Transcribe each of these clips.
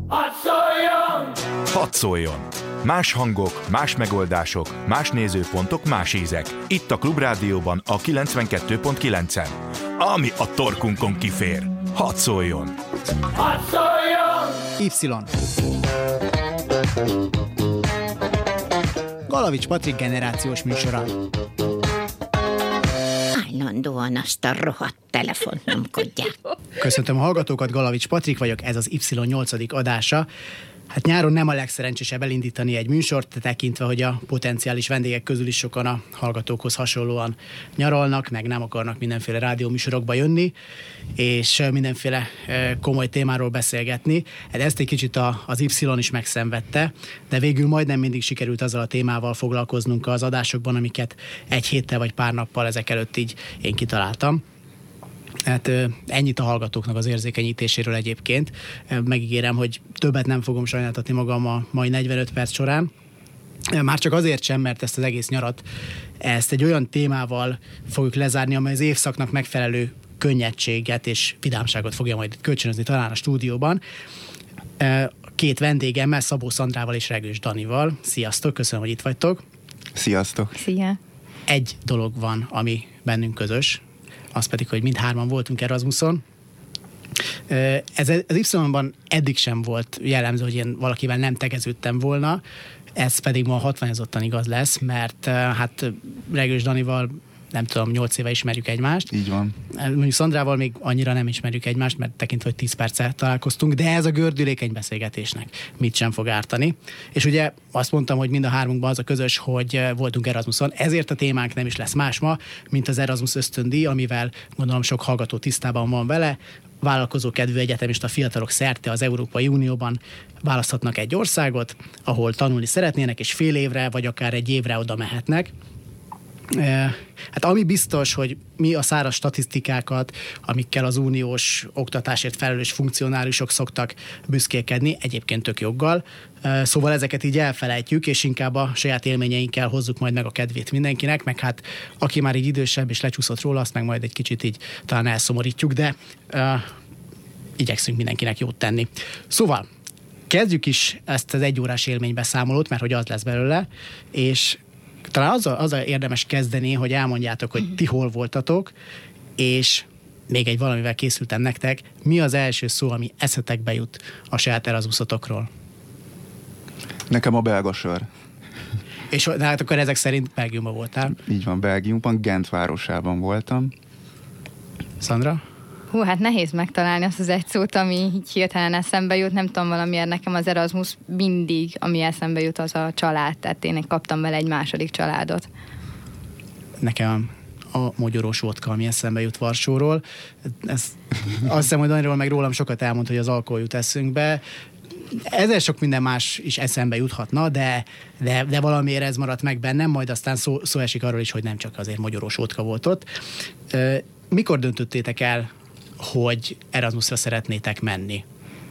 Hadd szóljon! Hadd szóljon! Más hangok, más megoldások, más nézőpontok, más ízek. Itt a Klubrádióban a 92.9-en. Ami a torkunkon kifér. Hadd szóljon! Hadd szóljon! Y. Galavics Patrik generációs műsora. Állandóan azt a rohadt telefont nyomkodják. Köszöntöm a hallgatókat, Galavics Patrik vagyok, ez az Y 8. adása. Hát nyáron nem a legszerencsésebb elindítani egy műsort, tekintve, hogy a potenciális vendégek közül is sokan a hallgatókhoz hasonlóan nyaralnak, meg nem akarnak mindenféle rádióműsorokba jönni, és mindenféle komoly témáról beszélgetni. Ezt egy kicsit az Y is megszenvedte, de végül majdnem mindig sikerült azzal a témával foglalkoznunk az adásokban, amiket egy héttel vagy pár nappal ezek előtt így én kitaláltam. Hát ennyit a hallgatóknak az érzékenyítéséről egyébként. Megígérem, hogy többet nem fogom sajnáltatni magam a mai 45 perc során. Már csak azért sem, mert ezt az egész nyarat, ezt egy olyan témával fogjuk lezárni, amely az évszaknak megfelelő könnyedséget és vidámságot fogja majd kölcsönözni talán a stúdióban. Két vendégemmel, Szabó Szandrával és Regős Danival. Sziasztok, köszönöm, hogy itt vagytok. Sziasztok. Szia. Egy dolog van, ami bennünk közös, az pedig, hogy mindhárman voltunk Erasmuson. Ez Y-ban eddig sem volt jellemző, hogy én valakivel nem tegeződtem volna, ez pedig ma hatványozottan igaz lesz, mert hát Regős Danival nem tudom, 8 éve ismerjük egymást. Így van. Mondjuk Szandrával még annyira nem ismerjük egymást, mert tekintve, hogy 10 perccel találkoztunk, de ez a gördülékeny beszélgetésnek mit sem fog ártani. És ugye azt mondtam, hogy mind a hármunkban az a közös, hogy voltunk Erasmuson, ezért a témánk nem is lesz más ma, mint az Erasmus ösztöndíj, amivel gondolom sok hallgató tisztában van vele. Vállalkozókedvű egyetemista fiatalok szerte az Európai Unióban választhatnak egy országot, ahol tanulni szeretnének, és fél évre, vagy akár egy évre oda mehetnek. Hát ami biztos, hogy mi a száraz statisztikákat, amikkel az uniós oktatásért felelős funkcionáriusok szoktak büszkélkedni, egyébként tök joggal. Szóval ezeket így elfelejtjük, és inkább a saját élményeinkkel hozzuk majd meg a kedvét mindenkinek, meg hát aki már így idősebb és lecsúszott róla, azt meg majd egy kicsit így talán elszomorítjuk, de igyekszünk mindenkinek jót tenni. Szóval kezdjük is ezt az egyórás élménybeszámolót, mert hogy az lesz belőle, és talán azzal érdemes kezdeni, hogy elmondjátok, hogy ti hol voltatok, és még egy valamivel készültem nektek. Mi az első szó, ami eszetekbe jut a saját Erasmusotokról? Nekem a belga sör. És hát akkor ezek szerint Belgiumban voltál? Így van, Belgiumban, Gent városában voltam. Szandra? Hú, hát nehéz megtalálni azt az egy szót, ami így hirtelen eszembe jut. Nem tudom, valamiért nekem az Erasmus mindig, ami eszembe jut, az a család. Tehát én kaptam vele egy második családot. Nekem a mogyorós vodka, ami eszembe jut Varsóról. Azt hiszem, hogy Daniról meg rólam sokat elmond, hogy az alkohol jut eszünkbe. Ezzel sok minden más is eszembe juthatna, de valamiért ez maradt meg bennem, majd aztán szó esik arról is, hogy nem csak azért mogyorós vodka volt ott. Mikor döntöttétek el, hogy Erasmusra szeretnétek menni?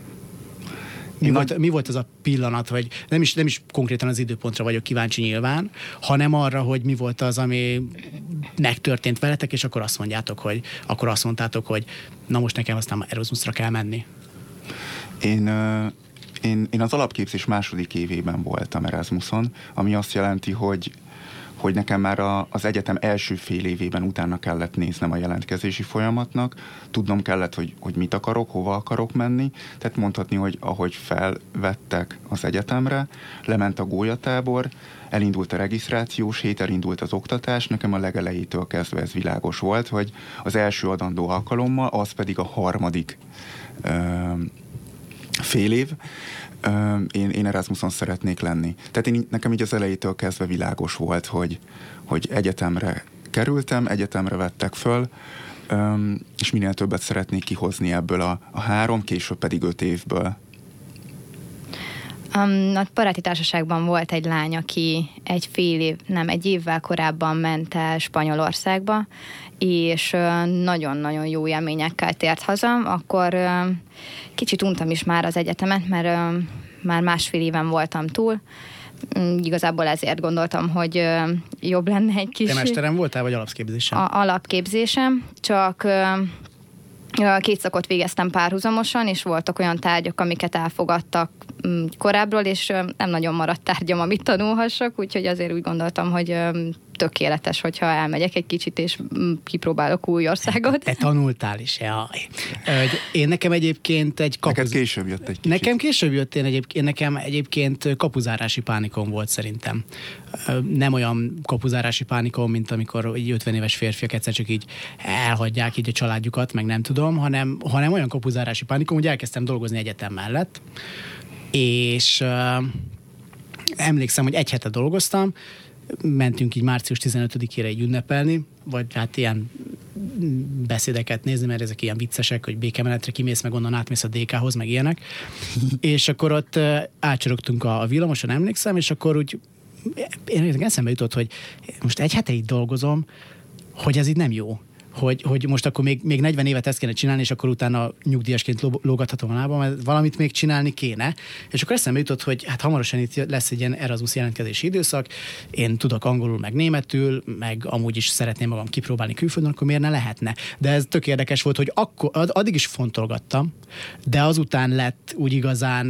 Mi volt az a pillanat, vagy nem is konkrétan az időpontra vagyok kíváncsi nyilván, hanem arra, hogy mi volt az, ami megtörtént veletek, és akkor azt mondtátok, hogy na most nekem aztán Erasmusra kell menni. Én az alapképzés második évében voltam Erasmuson, ami azt jelenti, hogy nekem már az egyetem első fél évében utána kellett néznem a jelentkezési folyamatnak, tudnom kellett, hogy mit akarok, hova akarok menni, tehát mondhatni, hogy ahogy felvettek az egyetemre, lement a gólyatábor, elindult a regisztrációs hét, elindult az oktatás, nekem a legelejétől kezdve ez világos volt, hogy az első adandó alkalommal, az pedig a harmadik fél év, én Erasmuson szeretnék lenni. Tehát nekem így az elejétől kezdve világos volt, hogy egyetemre kerültem, egyetemre vettek föl, és minél többet szeretnék kihozni ebből a 3, később pedig 5 évből. A baráti társaságban volt egy lány, aki egy évvel korábban ment el Spanyolországba, és nagyon-nagyon jó élményekkel tért haza. Akkor kicsit untam is már az egyetemet, mert már másfél éven voltam túl. Igazából ezért gondoltam, hogy jobb lenne egy kis... Te mesteren voltál, vagy alapképzésen? Alapképzésem, csak 2 szakot végeztem párhuzamosan, és voltak olyan tárgyak, amiket elfogadtak korábbról, és nem nagyon maradt tárgyam, amit tanulhassak, úgyhogy azért úgy gondoltam, hogy tökéletes, hogyha elmegyek egy kicsit, és kipróbálok új országot. Te tanultál is, jaj. Nekem egyébként Neked később jött egy kicsit. Nekem egyébként kapuzárási pánikom volt szerintem. Nem olyan kapuzárási pánikom, mint amikor egy 50 éves férfiak egyszer csak így elhagyják így a családjukat, meg nem tudom, hanem olyan kapuzárási pánikom, hogy elkezdtem dolgozni egyetem mellett, és emlékszem, hogy egy hete dolgoztam, mentünk így március 15-ére így ünnepelni, vagy hát ilyen beszédeket nézni, mert ezek ilyen viccesek, hogy békemenetre kimész, meg onnan átmész a DK-hoz, meg ilyenek. És akkor ott átcsorogtunk a villamoson, emlékszem, és akkor úgy én eszembe jutott, hogy most egy hete így dolgozom, hogy ez így nem jó. Hogy most akkor még 40 évet ezt kéne csinálni, és akkor utána nyugdíjasként lógathatom a lábam, mert valamit még csinálni kéne. És akkor eszembe jutott, hogy hát hamarosan itt lesz egy ilyen Erasmus jelentkezési időszak, én tudok angolul, meg németül, meg amúgy is szeretném magam kipróbálni külföldön, akkor miért ne lehetne? De ez tök érdekes volt, hogy akkor, addig is fontolgattam, de azután lett úgy igazán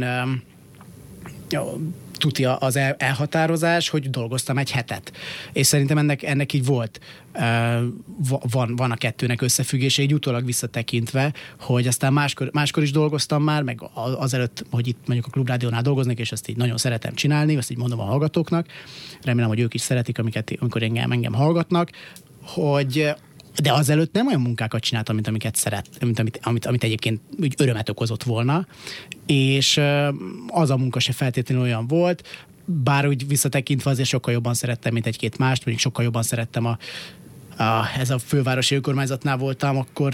tuti az elhatározás, hogy dolgoztam egy hetet. És szerintem ennek így volt. Van a kettőnek összefüggése, így utólag visszatekintve, hogy aztán máskor is dolgoztam már, meg azelőtt, hogy itt mondjuk a Klubrádiónál dolgoznék, és ezt így nagyon szeretem csinálni, azt így mondom a hallgatóknak. Remélem, hogy ők is szeretik, amikor engem hallgatnak, hogy de azelőtt nem olyan munkákat csináltam, amit egyébként úgy örömet okozott volna, és az a munka se feltétlenül olyan volt, bár úgy visszatekintve azért sokkal jobban szerettem, mint egy-két mást, mondjuk sokkal jobban szerettem ez a fővárosi önkormányzatnál voltam, akkor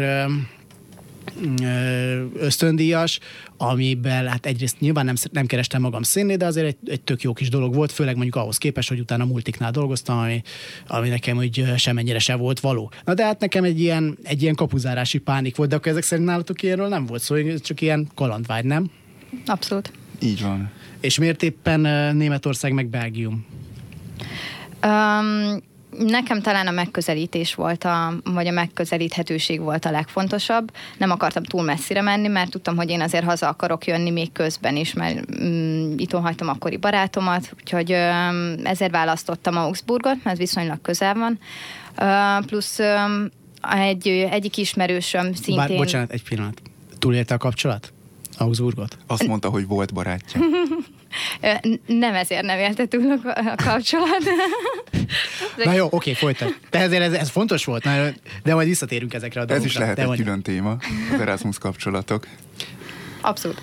ösztöndíjas, amiben hát egyrészt nyilván nem kerestem magam színné, de azért egy tök jó kis dolog volt, főleg mondjuk ahhoz képest, hogy utána multiknál dolgoztam, ami nekem úgy semennyire se volt való. Na de hát nekem egy ilyen kapuzárási pánik volt, de akkor ezek szerint nálatok ilyenről nem volt szó, csak ilyen kalandvágy, nem? Abszolút. Így van. És miért éppen Németország meg Belgium? Nekem talán a megközelítés volt, vagy a megközelíthetőség volt a legfontosabb. Nem akartam túl messzire menni, mert tudtam, hogy én azért haza akarok jönni még közben is, mert itthon hagytam akkori barátomat, úgyhogy ezért választottam Augsburgot, mert viszonylag közel van. Plusz egyik ismerősöm szintén... Bocsánat, egy pillanat. Túlélte a kapcsolat? Augsburgot? Azt mondta, hogy volt barátja. Nem ezért nem élte túl a kapcsolat. Na jó, oké, folytat. De ezért ez fontos volt, de majd visszatérünk ezekre a dolgokra. Ez is lehet egy külön téma, az Erasmus kapcsolatok. Abszolút.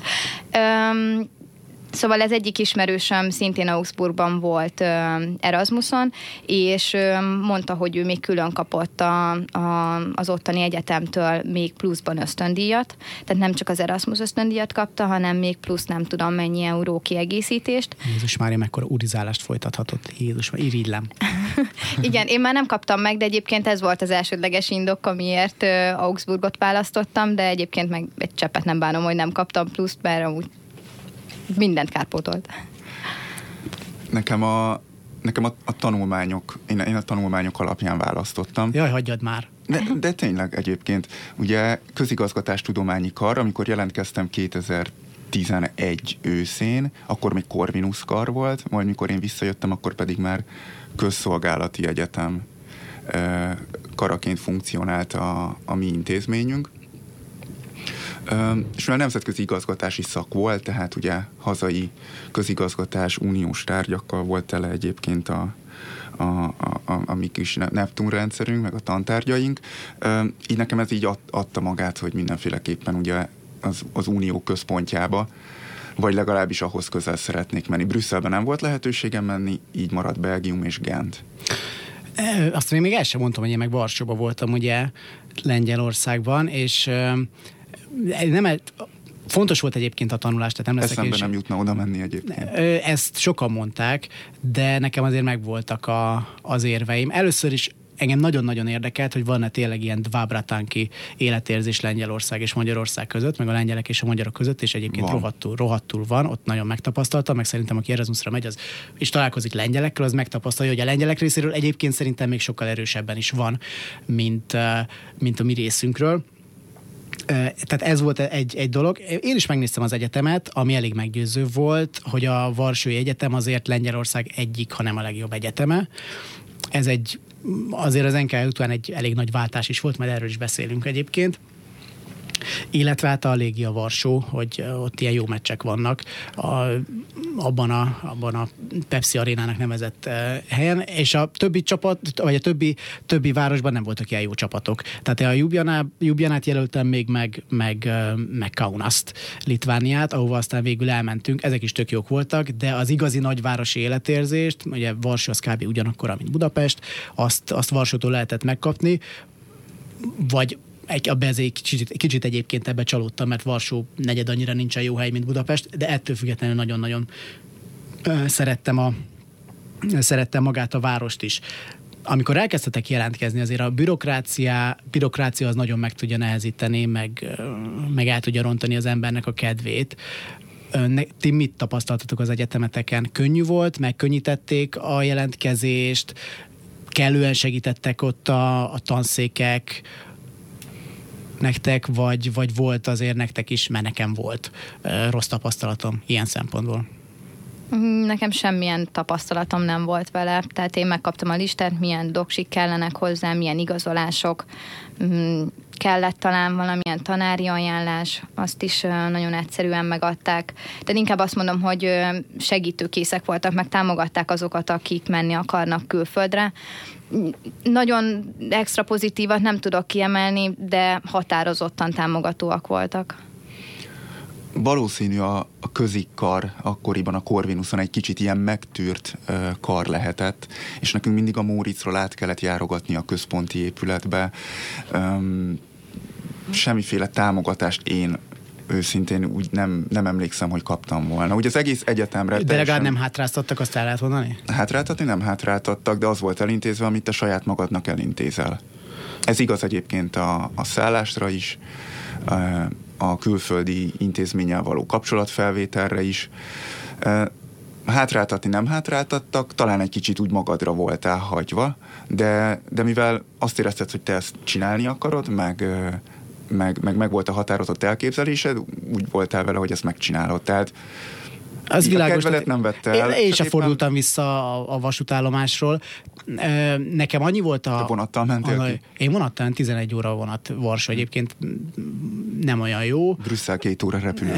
Szóval ez egyik ismerősöm szintén Augsburgban volt Erasmuson, és mondta, hogy ő még külön kapott az ottani egyetemtől még pluszban ösztöndíjat. Tehát nem csak az Erasmus ösztöndíjat kapta, hanem még plusz nem tudom mennyi euró kiegészítést. Jézus Mária, mekkora urizálást folytathatott. Jézus, irigylem. Igen, én már nem kaptam meg, de egyébként ez volt az elsődleges indok, amiért Augsburgot választottam, de egyébként meg egy cseppet nem bánom, hogy nem kaptam pluszt, mert amúgy mindent kárpótolt. Nekem a tanulmányok, én a tanulmányok alapján választottam. Jaj, hagyjad már. De tényleg egyébként, ugye közigazgatástudományi kar, amikor jelentkeztem 2011 őszén, akkor még Corvinus kar volt, majd mikor én visszajöttem, akkor pedig már közszolgálati egyetem karaként funkcionált a mi intézményünk. És mivel nemzetközi igazgatási szak volt, tehát ugye hazai közigazgatás uniós tárgyakkal volt tele egyébként a mi kis Neptun rendszerünk, meg a tantárgyaink. Így nekem ez így adta magát, hogy mindenféleképpen ugye az unió központjába, vagy legalábbis ahhoz közel szeretnék menni. Brüsszelben nem volt lehetőségem menni, így maradt Belgium és Gent. Azt még el sem mondtam, hogy én meg Varsóban voltam ugye Lengyelországban, és fontos volt egyébként a tanulás, tehát nem leszek eszembe nem jutna oda menni egyébként. Ezt sokan mondták, de nekem azért megvoltak az érveim. Először is engem nagyon-nagyon érdekelt, hogy van-e tényleg ilyen dvábratanki életérzés Lengyelország és Magyarország között, meg a lengyelek és a magyarok között, és egyébként rohadtul van, ott nagyon megtapasztaltam, meg szerintem aki Erasmusra megy, és találkozik lengyelekkel, az megtapasztalja, hogy a lengyelek részéről egyébként szerintem még sokkal erősebben is van, mint a mi részünkről. Tehát ez volt egy dolog. Én is megnéztem az egyetemet, ami elég meggyőző volt, hogy a Varsói Egyetem azért Lengyelország egyik, hanem a legjobb egyeteme. Ez azért az NKE után egy elég nagy váltás is volt, majd erről is beszélünk egyébként. Illetve hát a Légia Varsó, hogy ott ilyen jó meccsek vannak abban a Pepsi Arénának nevezett helyen, és a többi csapat, vagy a többi városban nem voltak ilyen jó csapatok. Tehát a Ljubljanát jelöltem még meg Kaunast, Litvániát, ahova aztán végül elmentünk. Ezek is tök jók voltak, de az igazi nagyvárosi életérzést, ugye Varsó az kb. Ugyanakkora, mint Budapest, azt Varsótól lehetett megkapni, vagy kicsit egyébként ebbe csalódtam, mert Varsó negyed annyira nincsen jó hely, mint Budapest, de ettől függetlenül nagyon-nagyon szerettem magát a várost is. Amikor elkezdtetek jelentkezni, azért a bürokrácia az nagyon meg tudja nehezíteni, meg el tudja rontani az embernek a kedvét. Ti mit tapasztaltatok az egyetemeteken? Könnyű volt? Megkönnyítették a jelentkezést? Kellően segítettek ott a tanszékek nektek, vagy volt azért nektek is, mert nekem volt rossz tapasztalatom ilyen szempontból? Nekem semmilyen tapasztalatom nem volt vele, tehát én megkaptam a listát, milyen doksik kellenek hozzá, milyen igazolások, kellett talán valamilyen tanári ajánlás, azt is nagyon egyszerűen megadták. De inkább azt mondom, hogy segítőkészek voltak, meg támogatták azokat, akik menni akarnak külföldre. Nagyon extra pozitívat nem tudok kiemelni, de határozottan támogatóak voltak. Valószínű a közikkar akkoriban a Corvinuson egy kicsit ilyen megtűrt kar lehetett, és nekünk mindig a Móriczról át kellett járogatni a központi épületbe. Semmiféle támogatást én őszintén úgy nem emlékszem, hogy kaptam volna. Úgy az egész egyetemre... De legalább nem hátráztattak, azt el lehet mondani? Hátráltatni nem hátráltattak, de az volt elintézve, amit te saját magadnak elintézel. Ez igaz egyébként a szállásra is, a külföldi intézménnyel való kapcsolatfelvételre is. Hátráltatni nem hátráltattak, talán egy kicsit úgy magadra voltál hagyva, de mivel azt érezted, hogy te ezt csinálni akarod, meg volt a határozott elképzelésed, úgy voltál vele, hogy ezt megcsinálod. Tehát az világos, nem vette el. Én sem fordultam vissza a vasútállomásról. Nekem annyi volt a... Te vonattal mentél ki? Én vonattal 11 óra vonat Varsó, egyébként nem olyan jó. Brüsszel 2 óra repülő.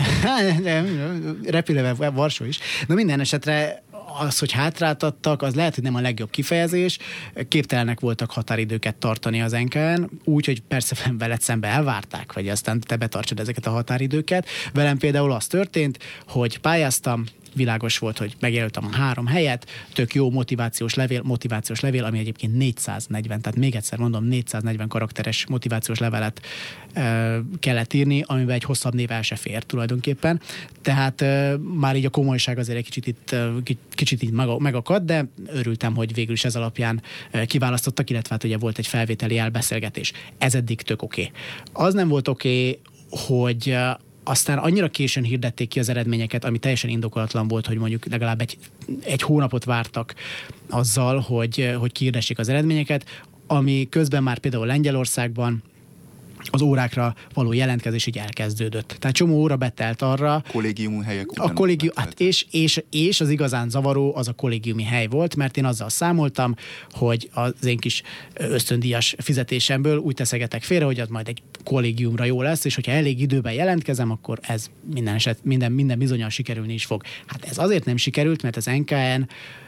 Repülővel Varsó is. Na minden esetre az, hogy hátráltattak, az lehet, hogy nem a legjobb kifejezés. Képtelenek voltak határidőket tartani az NKN, úgy, hogy persze veled szembe elvárták, hogy aztán te betartsad ezeket a határidőket. Velem például az történt, hogy pályáztam, világos volt, hogy megjelöltem a 3 helyet, tök jó motivációs levél, ami egyébként 440, tehát még egyszer mondom, 440 karakteres motivációs levelet kellett írni, amiben egy hosszabb név el se fér tulajdonképpen. Tehát már így a komolyság azért egy kicsit így megakadt, de örültem, hogy végül is ez alapján kiválasztottak, illetve hát ugye volt egy felvételi elbeszélgetés. Ez eddig tök oké. Az nem volt oké, hogy aztán annyira későn hirdették ki az eredményeket, ami teljesen indokolatlan volt, hogy mondjuk legalább egy hónapot vártak azzal, hogy kihirdessék az eredményeket, ami közben már például Lengyelországban az órákra való jelentkezés így elkezdődött. Tehát csomó óra betelt arra. Kollégiumi helyek hát és az igazán zavaró az a kollégiumi hely volt, mert én azzal számoltam, hogy az én kis ösztöndíjas fizetésemből úgy teszegetek félre, hogy az majd egy kollégiumra jó lesz, és hogyha elég időben jelentkezem, akkor ez minden bizonnyal sikerülni is fog. Hát ez azért nem sikerült, mert az NKN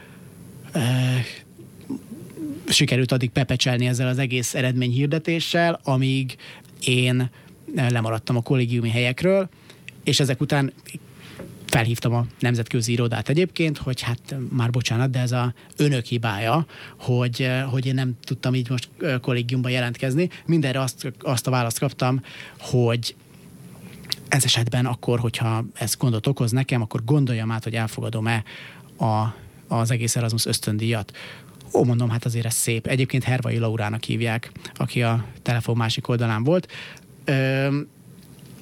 sikerült addig pepecselni ezzel az egész eredményhirdetéssel, amíg én lemaradtam a kollégiumi helyekről, és ezek után felhívtam a nemzetközi irodát egyébként, hogy hát már bocsánat, de ez a önök hibája, hogy én nem tudtam így most kollégiumban jelentkezni. Mindenre azt a választ kaptam, hogy ez esetben akkor, hogyha ez gondot okoz nekem, akkor gondoljam át, hogy elfogadom-e az egész Erasmus ösztöndíjat. Ó, mondom, hát azért ez szép. Egyébként Hervai Laurának hívják, aki a telefon másik oldalán volt.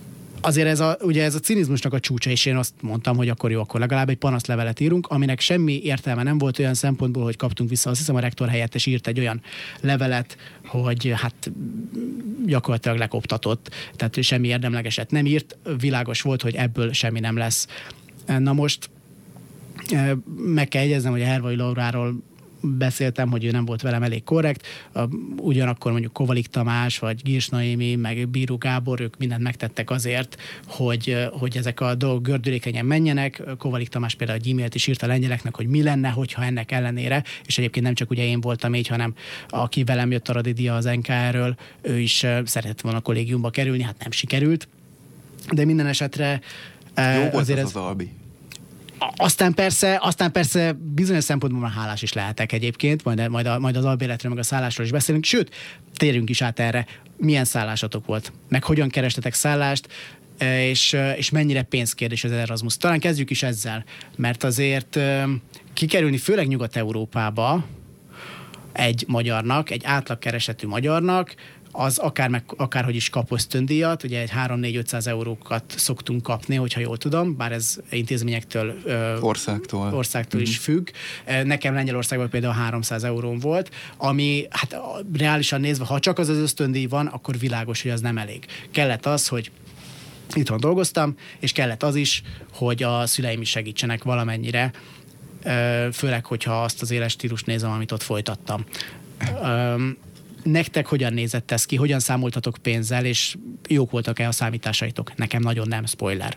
azért ugye ez a cinizmusnak a csúcsa, és én azt mondtam, hogy akkor jó, akkor legalább egy panaszlevelet írunk, aminek semmi értelme nem volt olyan szempontból, hogy kaptunk vissza. Azt hiszem, a rektor helyettes írt egy olyan levelet, hogy hát gyakorlatilag lekoptatott, tehát semmi érdemlegeset nem írt. Világos volt, hogy ebből semmi nem lesz. Na most meg kell jegyeznem, hogy a Hervai Lauráról beszéltem, hogy ő nem volt velem elég korrekt, ugyanakkor mondjuk Kovalik Tamás, vagy Girs Noémi, meg Bíró Gábor, ők mindent megtettek azért, hogy ezek a dolgok gördülékenyen menjenek. Kovalik Tamás például egy e-mailt is írt a lengyeleknek, hogy mi lenne, hogyha ennek ellenére, és egyébként nem csak ugye én voltam így, hanem aki velem jött a Radidia az NKR-ről, ő is szeretett volna a kollégiumba kerülni, hát nem sikerült. De minden esetre jó volt azért az Albi. Aztán persze bizonyos szempontból már hálás is lehetek egyébként, majd az albérletről, meg a szállásról is beszélünk, sőt, térjünk is át erre, milyen szállásatok volt, meg hogyan kerestetek szállást, és mennyire pénzkérdés az Erasmus. Talán kezdjük is ezzel, mert azért kikerülni főleg Nyugat-Európába egy magyarnak, egy átlagkeresetű magyarnak, az akárhogy is kap ösztöndíjat, ugye egy 3-4-500 eurókat szoktunk kapni, hogyha jól tudom, bár ez intézményektől, országtól is függ. Nekem Lengyelországban például 300 euróm volt, ami hát reálisan nézve, ha csak az ösztöndíj van, akkor világos, hogy az nem elég. Kellett az, hogy itthon dolgoztam, és kellett az is, hogy a szüleim is segítsenek valamennyire, főleg, hogyha azt az éles stílust nézem, amit ott folytattam. Nektek hogyan nézett ez ki? Hogyan számoltatok pénzzel, és jók voltak-e a számításaitok? Nekem nagyon nem, spoiler.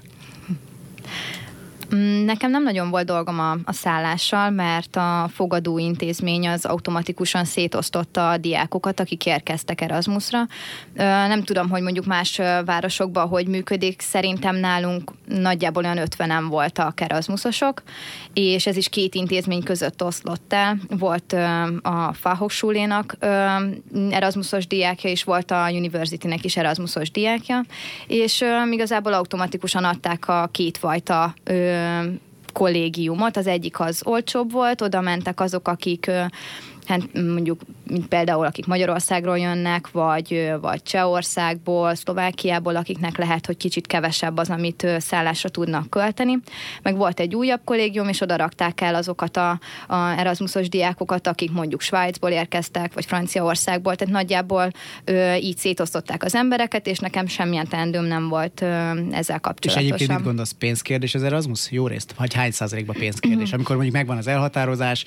Nekem nem nagyon volt dolgom a szállással, mert a fogadó intézmény az automatikusan szétosztotta a diákokat, akik érkeztek Erasmusra. Nem tudom, hogy mondjuk más városokban hogy működik, szerintem nálunk nagyjából olyan 50-en voltak Erasmusosok, és ez is 2 intézmény között oszlott el. Volt a Fachhochschulénak Erasmusos diákja, és volt a University-nek is Erasmusos diákja, és igazából automatikusan adták a 2 fajta kollégiumot. Az egyik az olcsóbb volt, oda mentek azok, akik hát mondjuk, mint például akik Magyarországról jönnek, vagy Csehországból, Szlovákiából, akiknek lehet, hogy kicsit kevesebb az, amit szállásra tudnak költeni. Meg volt egy újabb kollégium, és oda rakták el azokat a Erasmusos diákokat, akik mondjuk Svájcból érkeztek, vagy Franciaországból, tehát nagyjából így szétosztották az embereket, és nekem semmilyen teendőm nem volt ezzel kapcsolatosan. És egyébként mit gondolsz, pénzkérdés az Erasmus? Jó részt? Vagy hány százalékban pénzkérdés? Amikor mondjuk megvan az elhatározás,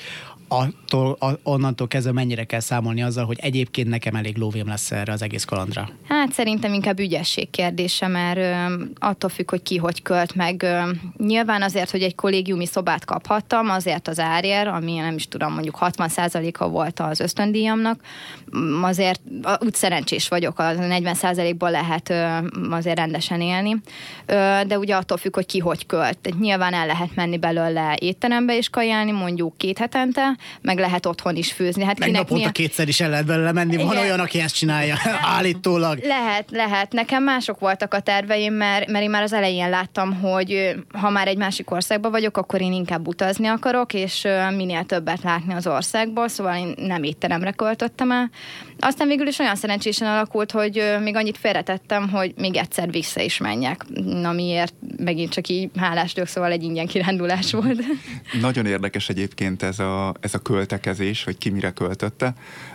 onnantól kezdve mennyire kell számolni azzal, hogy egyébként nekem elég lóvém lesz erre az egész kalandra? Hát szerintem inkább ügyesség kérdése, mert attól függ, hogy ki hogy költ meg. Nyilván azért, hogy egy kollégiumi szobát kaphattam, azért az árér, ami nem is tudom, mondjuk 60%-a volt az ösztöndíjamnak, azért úgy szerencsés vagyok, a 40%-ból lehet azért rendesen élni, de ugye attól függ, hogy ki hogy költ. Nyilván el lehet menni belőle étterembe és kajálni, mondjuk 2 hetente, meg lehet otthon is főzni. Hát meg naponta 2-szer is el lehet belőle menni, van olyan, aki ezt csinálja, állítólag. Lehet. Nekem mások voltak a terveim, mert én már az elején láttam, hogy ha már egy másik országban vagyok, akkor én inkább utazni akarok, és minél többet látni az országból, szóval én nem étteremre költöttem el. Aztán végül is olyan szerencsésen alakult, hogy még annyit félretettem, hogy még egyszer vissza is menjek, amiért megint csak így hálás vagyok, szóval egy ingyen kirándulás volt. Nagyon érdekes egyébként ez a költekezés, hogy ki mire költötte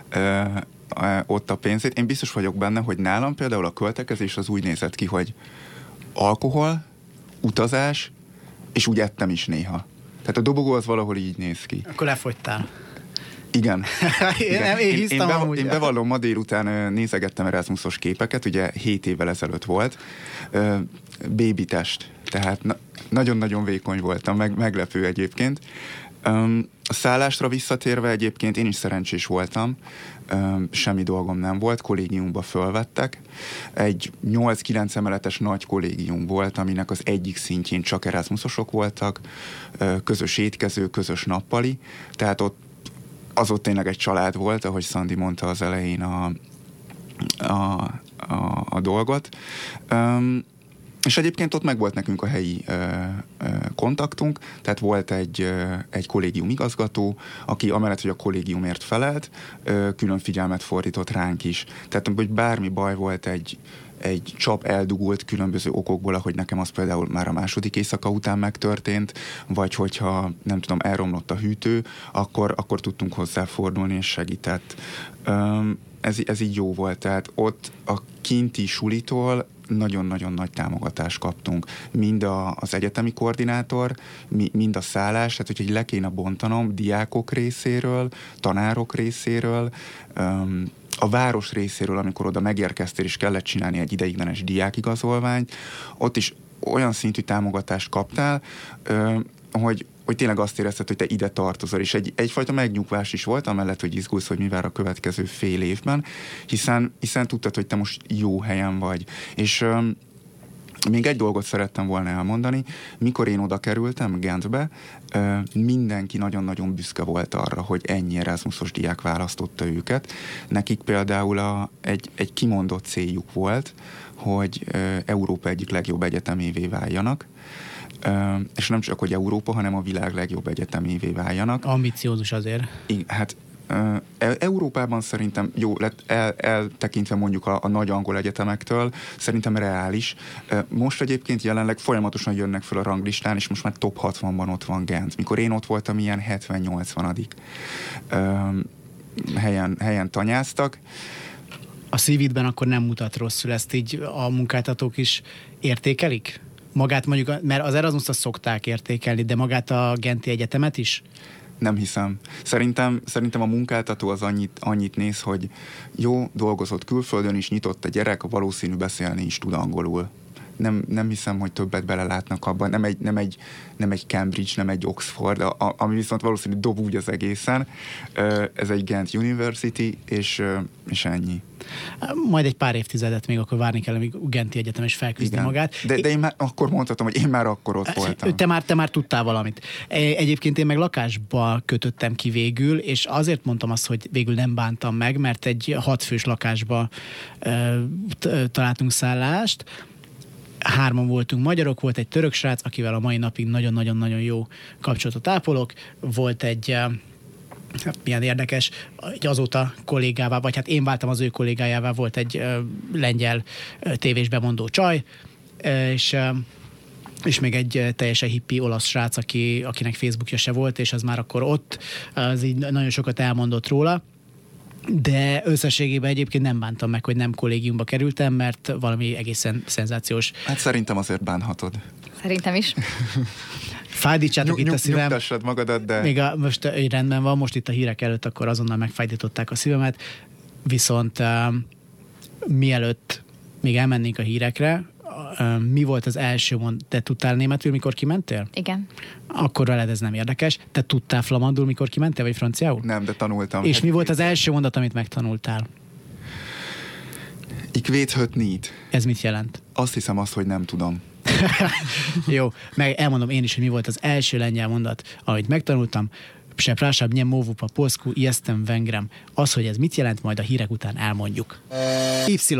ott a pénzét. Én biztos vagyok benne, hogy nálam például a költekezés az úgy nézett ki, hogy alkohol, utazás, és úgy ettem is néha. Tehát a dobogó az valahol így néz ki. Akkor lefogytál. Igen. Én bevallom, ma délután nézegettem Erasmusos képeket, ugye 7 évvel ezelőtt volt. Baby test, tehát nagyon-nagyon vékony voltam, meglepő egyébként. A szállásra visszatérve egyébként én is szerencsés voltam, semmi dolgom nem volt, kollégiumba fölvettek. Egy 8-9 emeletes nagy kollégium volt, aminek az egyik szintjén csak Erasmusosok voltak, közös étkező, közös nappali, tehát ott tényleg egy család volt, ahogy Szandi mondta az elején a dolgot. És egyébként ott meg volt nekünk a helyi kontaktunk, tehát volt egy kollégium igazgató, aki amellett, hogy a kollégiumért felelt, külön figyelmet fordított ránk is. Tehát, hogy bármi baj volt, egy csap eldugult különböző okokból, ahogy nekem az például már a második éjszaka után megtörtént, vagy hogyha, nem tudom, elromlott a hűtő, akkor tudtunk hozzáfordulni, és segített. Ez így jó volt, tehát ott a kinti sulitól nagyon-nagyon nagy támogatást kaptunk. Mind az egyetemi koordinátor, mind a szállás, tehát hogyha le kéne bontanom diákok részéről, tanárok részéről, a város részéről, amikor oda megérkeztél és kellett csinálni egy ideiglenes diákigazolványt, ott is olyan szintű támogatást kaptál, hogy tényleg azt érezted, hogy te ide tartozol, és egyfajta megnyugvás is volt, amellett, hogy izgulsz, hogy mi vár a következő fél évben, hiszen tudtad, hogy te most jó helyen vagy. És még egy dolgot szerettem volna elmondani, mikor én oda kerültem Gentbe, mindenki nagyon-nagyon büszke volt arra, hogy ennyi Erasmusos diák választotta őket. Nekik például egy kimondott céljuk volt, hogy Európa egyik legjobb egyetemévé váljanak, és nem csak, hogy Európa, hanem a világ legjobb egyetemévé váljanak. Ambiciózus azért. Hát Európában szerintem jó, eltekintve mondjuk a nagy angol egyetemektől, szerintem reális. Most egyébként jelenleg folyamatosan jönnek fel a ranglistán, és most már top 60-ban ott van Gent. Mikor én ott voltam, ilyen 70-80. Helyen tanyáztak. A CV-ben akkor nem mutat rosszul, ezt így a munkáltatók is értékelik? Magát mondjuk, mert az Erasmus-t azt szokták értékelni, de magát a Genti Egyetemet is? Nem hiszem. Szerintem a munkáltató az annyit néz, hogy jó, dolgozott külföldön is, nyitott a gyerek, valószínű beszélni is tud angolul. Nem hiszem, hogy többet belelátnak abban. Nem egy Cambridge, nem egy Oxford, ami viszont valószínű dob úgy az egészen. Ez egy Ghent University, és ennyi. Majd egy pár évtizedet még akkor várni kell, amíg Genti Egyetem is felküzdi magát. De én már akkor mondhatom, hogy én már akkor ott voltam. Te már tudtál valamit. Egyébként én meg lakásba kötöttem ki végül, és azért mondtam azt, hogy végül nem bántam meg, mert egy 6 fős lakásba találtunk szállást. 3 voltunk magyarok, volt egy török srác, akivel a mai napig nagyon-nagyon-nagyon jó kapcsolatot ápolok. Volt egy milyen érdekes, egy azóta kollégává, vagy hát én váltam az ő kollégájává, volt egy lengyel tévés bemondó csaj, és még egy teljesen hippi olasz srác, akinek Facebookja se volt, és az már akkor ott, az így nagyon sokat elmondott róla. De összességében egyébként nem bántam meg, hogy nem kollégiumba kerültem, mert valami egészen szenzációs. Hát szerintem azért bánhatod. Szerintem is. Fájdítsátok itt a szívem. Nyugtassad magadat, de... Még most rendben van, most itt a hírek előtt akkor azonnal megfájdították a szívemet, viszont mielőtt még elmennénk a hírekre, mi volt az első te tudtál németül, mikor kimentél? Igen. Akkor veled ez nem érdekes. Te tudtál flamandul, mikor kimentél, vagy franciául? Nem, de tanultam. És mi volt az első mondat, amit megtanultál? Ik weet het niet. Ez mit jelent? Azt hiszem hogy nem tudom. Jó, meg elmondom én is, hogy mi volt az első lengyel mondat, amit megtanultam. Przepraszam, nie mów po polsku, jestem Węgrem. Az, hogy ez mit jelent, majd a hírek után elmondjuk. Y.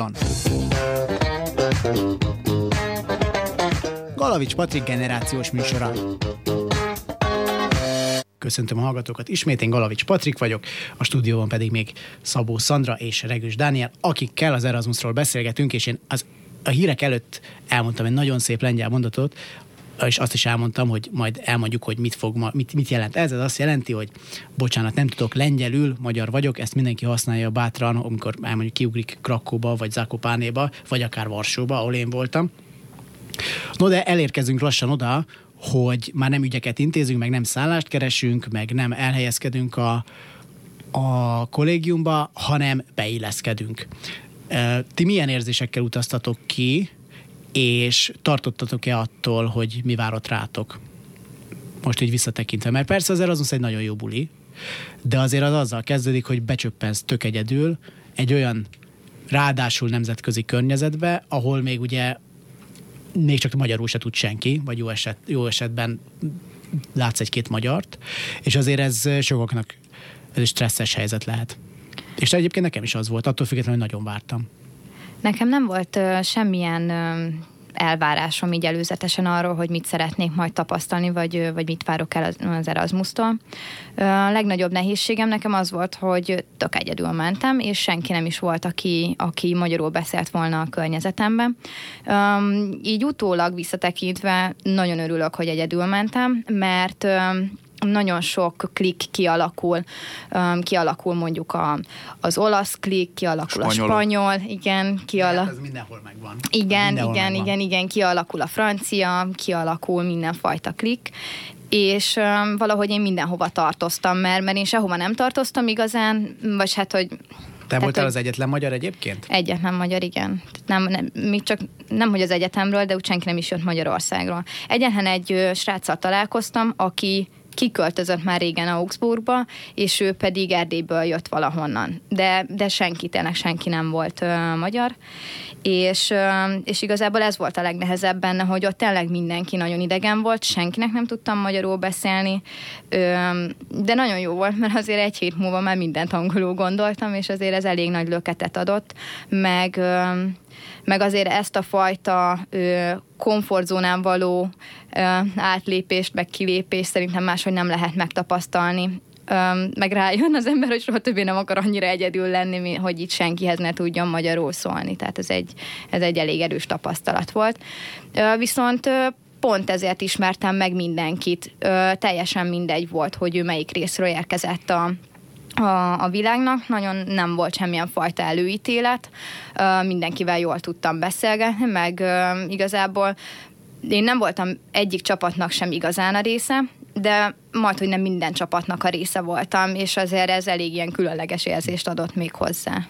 Galavics Patrik generációs műsora. Köszöntöm a hallgatókat ismét, én Galavics Patrik vagyok, a stúdióban pedig még Szabó Szandra és Regős Dániel, akikkel az Erasmusról beszélgetünk, és én a hírek előtt elmondtam egy nagyon szép lengyel mondatot, és azt is elmondtam, hogy majd elmondjuk, hogy mit jelent ez. Ez azt jelenti, hogy bocsánat, nem tudok lengyelül, magyar vagyok, ezt mindenki használja bátran, amikor elmondjuk kiugrik Krakóba, vagy Zakopánéba, vagy akár Varsóba, ahol én voltam. No, de elérkezünk lassan oda, hogy már nem ügyeket intézünk, meg nem szállást keresünk, meg nem elhelyezkedünk a kollégiumba, hanem beilleszkedünk. Ti milyen érzésekkel utaztatok ki, és tartottatok-e attól, hogy mi várott rátok? Most így visszatekintve, mert persze az Erasmus egy nagyon jó buli, de azért az azzal kezdődik, hogy becsöppensz tök egyedül egy olyan ráadásul nemzetközi környezetbe, ahol még ugye még csak magyarul se tud senki, vagy jó esetben látsz egy-két magyart, és azért ez sokaknak ez egy stresszes helyzet lehet. És egyébként nekem is az volt, attól függetlenül, hogy nagyon vártam. Nekem nem volt semmilyen elvárásom így előzetesen arról, hogy mit szeretnék majd tapasztalni, vagy mit várok el az Erasmustól. A legnagyobb nehézségem nekem az volt, hogy tök egyedül mentem, és senki nem is volt, aki magyarul beszélt volna a környezetemben. Így utólag visszatekintve nagyon örülök, hogy egyedül mentem, mert nagyon sok klik kialakul mondjuk az olasz klik, kialakul a spanyol, igen, ez mindenhol megvan. Igen, kialakul a francia, kialakul mindenfajta klik, és valahogy én mindenhova tartoztam, mert én sehova nem tartoztam igazán, vagy hát, hogy Te voltál az egyetlen magyar egyébként? Egyetlen magyar, igen. Még csak nem, hogy az egyetemről, de úgy senki nem is jött Magyarországról. Egyetlen egy sráccal találkoztam, aki kiköltözött már régen Augsburgba, és ő pedig Erdélyből jött valahonnan. De tényleg senki nem volt magyar. És igazából ez volt a legnehezebb benne, hogy ott tényleg mindenki nagyon idegen volt, senkinek nem tudtam magyarul beszélni, de nagyon jó volt, mert azért egy hét múlva már mindent angolul gondoltam, és azért ez elég nagy löketet adott, meg azért ezt a fajta komfortzónán való átlépést, meg kilépést szerintem máshogy nem lehet megtapasztalni. Meg rájön az ember, hogy soha többé nem akar annyira egyedül lenni, hogy itt senkihez ne tudjon magyarul szólni. Tehát ez egy elég erős tapasztalat volt. Viszont pont ezért ismertem meg mindenkit. Teljesen mindegy volt, hogy ő melyik részről érkezett a világnak, nagyon nem volt semmilyen fajta előítélet, mindenkivel jól tudtam beszélgetni, meg igazából én nem voltam egyik csapatnak sem igazán a része, de majd, hogy nem minden csapatnak a része voltam, és azért ez elég ilyen különleges érzést adott még hozzá.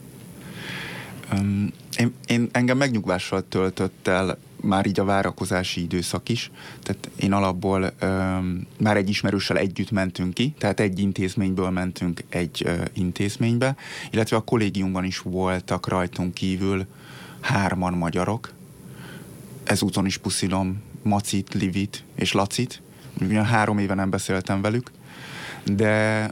Engem megnyugvással töltött el már így a várakozási időszak is, tehát én alapból már egy ismerőssel együtt mentünk ki, tehát egy intézményből mentünk egy intézménybe, illetve a kollégiumban is voltak rajtunk kívül 3 magyarok, ezúton is puszilom Macit, Livit és Lacit, ugyan 3 éve nem beszéltem velük, de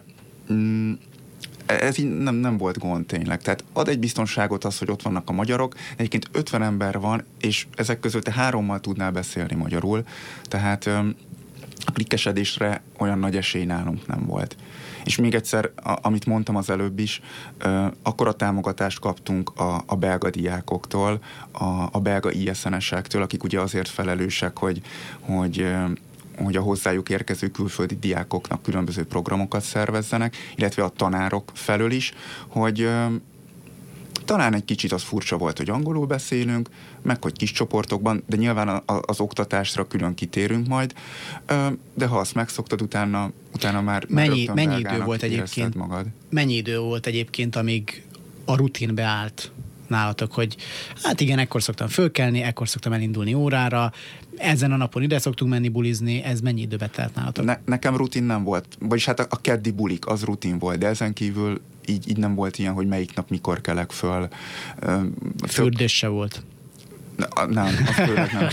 ez így nem volt gond tényleg. Tehát ad egy biztonságot az, hogy ott vannak a magyarok, egyébként 50 ember van, és ezek közül te 3-mal tudnál beszélni magyarul, tehát a klikkesedésre olyan nagy esély nálunk nem volt. És még egyszer, amit mondtam az előbb is, akkora támogatást kaptunk a belga diákoktól, a belga ISN-esektől, akik ugye azért felelősek, hogy a hozzájuk érkező külföldi diákoknak különböző programokat szervezzenek, illetve a tanárok felől is, hogy talán egy kicsit az furcsa volt, hogy angolul beszélünk, meg hogy kis csoportokban, de nyilván az oktatásra külön kitérünk majd, de ha azt megszoktad, utána már mennyi idő volt egyébként? Magad. Mennyi idő volt egyébként, amíg a rutin beállt nálatok, hogy hát igen, ekkor szoktam fölkelni, ekkor szoktam elindulni órára, ezen a napon ide szoktunk menni bulizni, ez mennyi időbe telt nálatok? Nekem rutin nem volt, vagyis hát a keddi bulik, az rutin volt, de ezen kívül így nem volt ilyen, hogy melyik nap mikor kelek föl. Fürdés se volt? Nem, az főleg nem.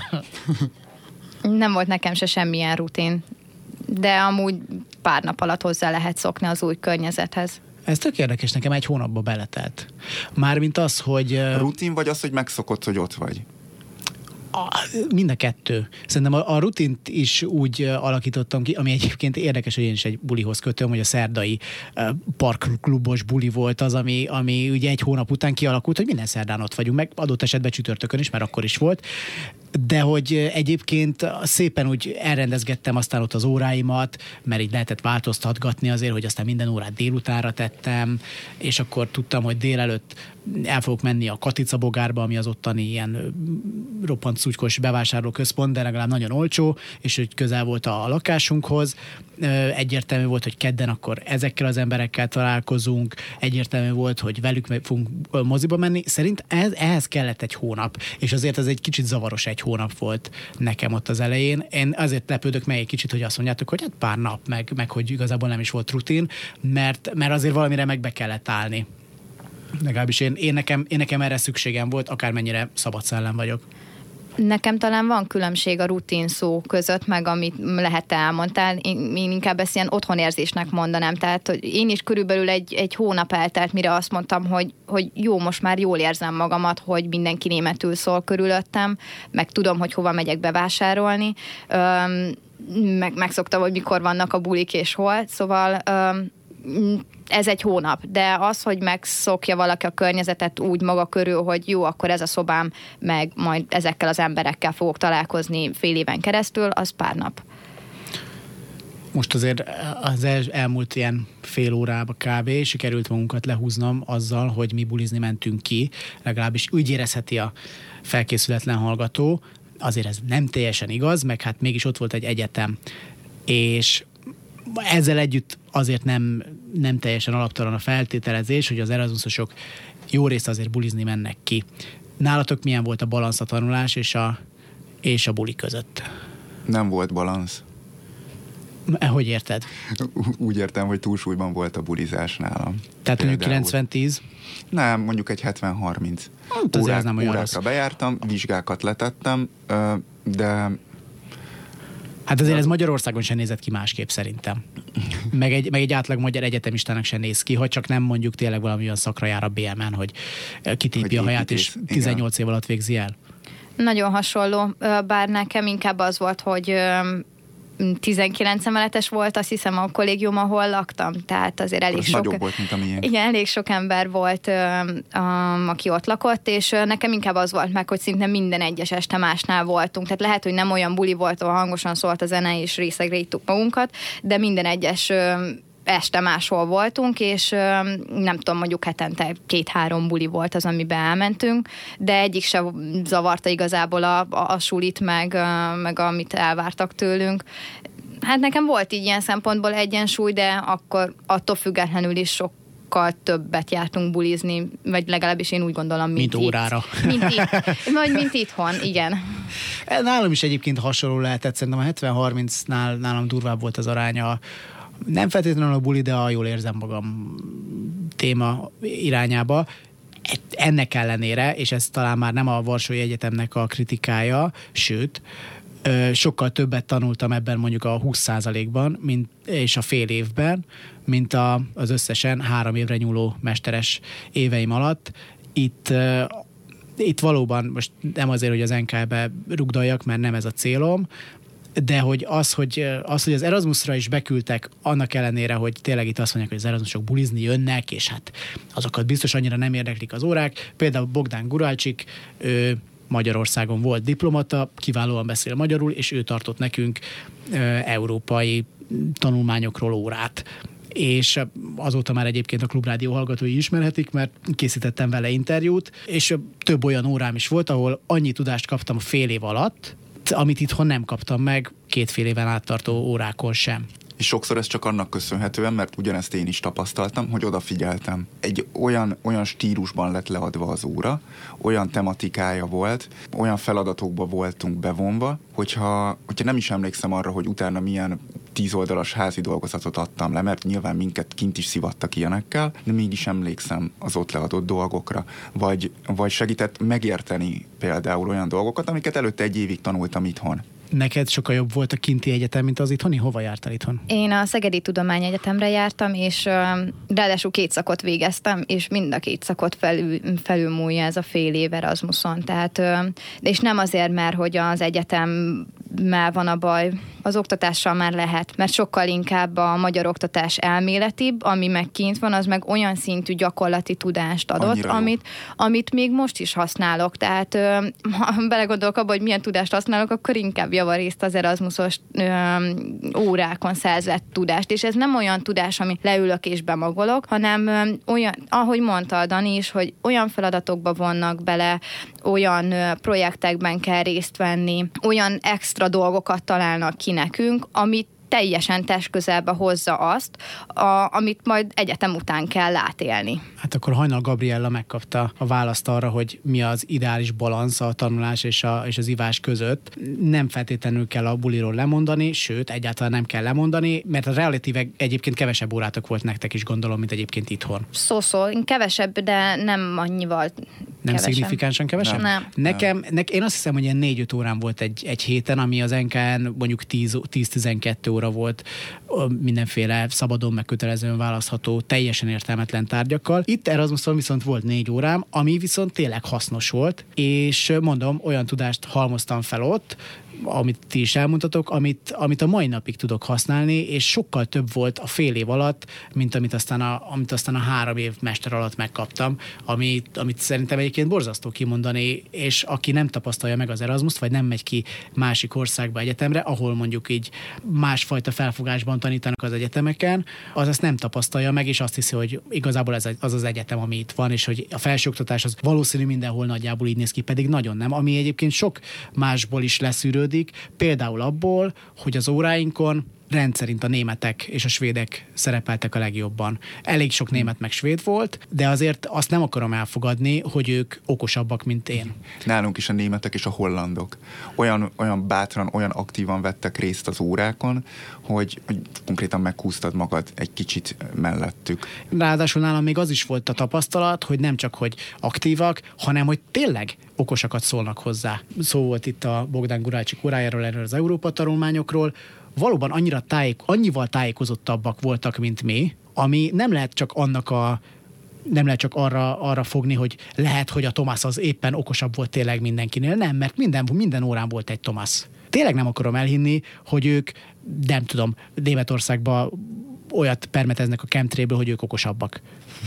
Nem volt nekem se semmilyen rutin, de amúgy pár nap alatt hozzá lehet szokni az új környezethez. Ez tök érdekes, nekem 1 hónapba beletelt. Mármint az, hogy... Rutin vagy az, hogy megszokod, hogy ott vagy? Mind a kettő. Szerintem a rutint is úgy alakítottam ki, ami egyébként érdekes, hogy én is egy bulihoz kötöm, hogy a szerdai parkklubos buli volt az, ami ugye 1 hónap után kialakult, hogy minden szerdán ott vagyunk, meg adott esetben csütörtökön is, mert akkor is volt. De hogy egyébként szépen úgy elrendezgettem aztán ott az óráimat, mert így lehetett változtatgatni azért, hogy aztán minden órát délutánra tettem, és akkor tudtam, hogy délelőtt el fogok menni a Katica Bogárba, ami az ottani ilyen roppant szutykos bevásárlóközpont, de legalább nagyon olcsó, és hogy közel volt a lakásunkhoz. Egyértelmű volt, hogy kedden akkor ezekkel az emberekkel találkozunk, egyértelmű volt, hogy velük fogunk moziba menni. Szerint ehhez kellett 1 hónap, és azért ez egy kicsit zavaros 1 hónap volt nekem ott az elején. Én azért lepődök meg egy kicsit, hogy azt mondjátok, hogy hát pár nap, meg hogy igazából nem is volt rutin, mert azért valamire meg be kellett állni. Legalábbis én nekem erre szükségem volt, akármennyire szabad szellem vagyok. Nekem talán van különbség a rutin szó között, meg amit lehet elmondtál. Én inkább ezt ilyen otthonérzésnek mondanám. Tehát, hogy én is körülbelül egy hónap eltelt, mire azt mondtam, hogy jó, most már jól érzem magamat, hogy mindenki németül szól körülöttem, meg tudom, hogy hova megyek bevásárolni, megszoktam, hogy mikor vannak a bulik és hol. Szóval ez egy hónap, de az, hogy megszokja valaki a környezetet úgy maga körül, hogy jó, akkor ez a szobám, meg majd ezekkel az emberekkel fogok találkozni fél éven keresztül, az pár nap. Most azért az elmúlt ilyen fél órába kb. Sikerült magunkat lehúznom azzal, hogy mi bulizni mentünk ki, legalábbis úgy érezheti a felkészületlen hallgató. Azért ez nem teljesen igaz, meg hát mégis ott volt egy egyetem, és ezzel együtt azért nem teljesen alaptalan a feltételezés, hogy az Erasmusosok jó részt azért bulizni mennek ki. Nálatok milyen volt a balansz a tanulás és a buli között? Nem volt balansz. Hogy érted? Úgy értem, hogy túlsúlyban volt a bulizás nálam. Tehát mondjuk 90-10? Nem, mondjuk egy 70-30. Órákra bejártam, vizsgákat letettem, de... Hát azért ez Magyarországon sem nézett ki másképp szerintem. Meg egy átlag magyar egyetemistának sem néz ki, hogy csak nem mondjuk tényleg valami olyan szakra jár a BM-en, hogy kitépi a haját és 18 év alatt végzi el. Nagyon hasonló, bár nekem inkább az volt, hogy 19 emeletes volt, azt hiszem a kollégium, ahol laktam, tehát azért elég sok... Nagyobb volt, mint a miénk. Igen, elég sok ember volt, aki ott lakott, és nekem inkább az volt meg, hogy szinte minden egyes este másnál voltunk, tehát lehet, hogy nem olyan buli volt, ahol hangosan szólt a zene, és részegre ittuk magunkat, de minden egyes este máshol voltunk, és nem tudom, mondjuk hetente 2-3 buli volt az, amiben elmentünk, de egyik se zavarta igazából a sulit, meg amit elvártak tőlünk. Hát nekem volt így ilyen szempontból egyensúly, de akkor attól függetlenül is sokkal többet jártunk bulizni, vagy legalábbis én úgy gondolom, mint órára. Mint itthon, igen. Nálam is egyébként hasonló lehetett, szerintem a 70-30-nál nálam durvább volt az aránya. Nem feltétlenül a buli, de a jól érzem magam téma irányába. Ennek ellenére, és ez talán már nem a Varsói Egyetemnek a kritikája, sőt, sokkal többet tanultam ebben mondjuk a 20%-ban, és a fél évben, mint az összesen 3 évre nyúló mesteres éveim alatt. Itt valóban, most nem azért, hogy az NK-be rugdaljak, mert nem ez a célom, de hogy hogy az Erasmusra is beküldtek, annak ellenére, hogy tényleg itt azt mondják, hogy az Erasmusok bulizni jönnek, és hát azokat biztos annyira nem érdeklik az órák. Például Bogdán Guralcsik, ő Magyarországon volt diplomata, kiválóan beszél magyarul, és ő tartott nekünk európai tanulmányokról órát. És azóta már egyébként a Klubrádió hallgatói ismerhetik, mert készítettem vele interjút, és több olyan órám is volt, ahol annyi tudást kaptam fél év alatt, amit itthon nem kaptam meg 2 éven áttartó órákon sem. És sokszor ez csak annak köszönhetően, mert ugyanezt én is tapasztaltam, hogy odafigyeltem. Egy olyan stílusban lett leadva az óra, olyan tematikája volt, olyan feladatokba voltunk bevonva, hogyha nem is emlékszem arra, hogy utána milyen 10 oldalas házi dolgozatot adtam le, mert nyilván minket kint is szivattak ilyenekkel, de mégis emlékszem az ott leadott dolgokra, vagy segített megérteni például olyan dolgokat, amiket előtte 1 évig tanultam itthon. Neked sokkal jobb volt a kinti egyetem, mint az itthoni? Hova jártál itthon? Én a Szegedi Tudományegyetemre jártam, és ráadásul 2 szakot végeztem, és mind a 2 szakot felülmúlja ez a fél év Erasmuson. Tehát, és nem azért, mert hogy az egyetemmel van a baj, az oktatással már lehet, mert sokkal inkább a magyar oktatás elméletibb, ami meg kint van, az meg olyan szintű gyakorlati tudást adott, amit még most is használok. Tehát ha belegondolok abba, hogy milyen tudást használok, akkor inkább javarészt az Erasmusos órákon szerzett tudást, és ez nem olyan tudás, ami leülök és bemagolok, hanem olyan, ahogy mondta Dani is, hogy olyan feladatokba vonnak bele, olyan projektekben kell részt venni, olyan extra dolgokat találnak ki nekünk, amit teljesen testközelbe hozza azt, amit majd egyetem után kell átélni. Hát akkor Hajnal Gabriella megkapta a választ arra, hogy mi az ideális balansz a tanulás és az ivás között. Nem feltétlenül kell a buliról lemondani, sőt, egyáltalán nem kell lemondani, mert a relatíve egyébként kevesebb órátok volt nektek is, gondolom, mint egyébként itthon. Szó, kevesebb, de nem annyival kevesebb. Szignifikánsan kevesebb? Nem. Én azt hiszem, hogy ilyen 4-5 órán volt egy héten, ami az NK-n mondjuk 10-12 óra volt mindenféle szabadon meg kötelezően választható, teljesen értelmetlen tárgyakkal. Itt Erasmuson viszont volt 4 órám, ami viszont tényleg hasznos volt, és mondom, olyan tudást halmoztam fel ott, amit ti is elmondtatok, amit a mai napig tudok használni, és sokkal több volt a fél év alatt, mint amit aztán a 3 év mester alatt megkaptam, amit szerintem egyébként borzasztó kimondani, és aki nem tapasztalja meg az Erasmust, vagy nem megy ki másik országba egyetemre, ahol mondjuk így másfajta felfogásban tanítanak az egyetemeken, az ezt nem tapasztalja meg, és azt hiszi, hogy igazából ez az egyetem, ami itt van, és hogy a felsőoktatás az valószínű mindenhol nagyjából így néz ki, pedig nagyon nem, ami egyébként sok másból is leszűrődik, például abból, hogy az óráinkon rendszerint a németek és a svédek szerepeltek a legjobban. Elég sok német meg svéd volt, de azért azt nem akarom elfogadni, hogy ők okosabbak, mint én. Nálunk is a németek és a hollandok olyan bátran, olyan aktívan vettek részt az órákon, hogy konkrétan meghúztad magad egy kicsit mellettük. Ráadásul nálam még az is volt a tapasztalat, hogy nem csak, hogy aktívak, hanem, hogy tényleg okosakat szólnak hozzá. Szó volt itt a Bogdán Gurácsik órájáról, erről az Európa tanulmányokról. Valóban annyival tájékozottabbak voltak, mint mi, ami nem lehet csak arra fogni, hogy lehet, hogy a Thomas az éppen okosabb volt tényleg mindenkinél. Nem, mert minden órán volt egy Thomas. Tényleg nem akarom elhinni, hogy ők, nem tudom, Németországban olyat permeteznek a chemtrailből, hogy ők okosabbak.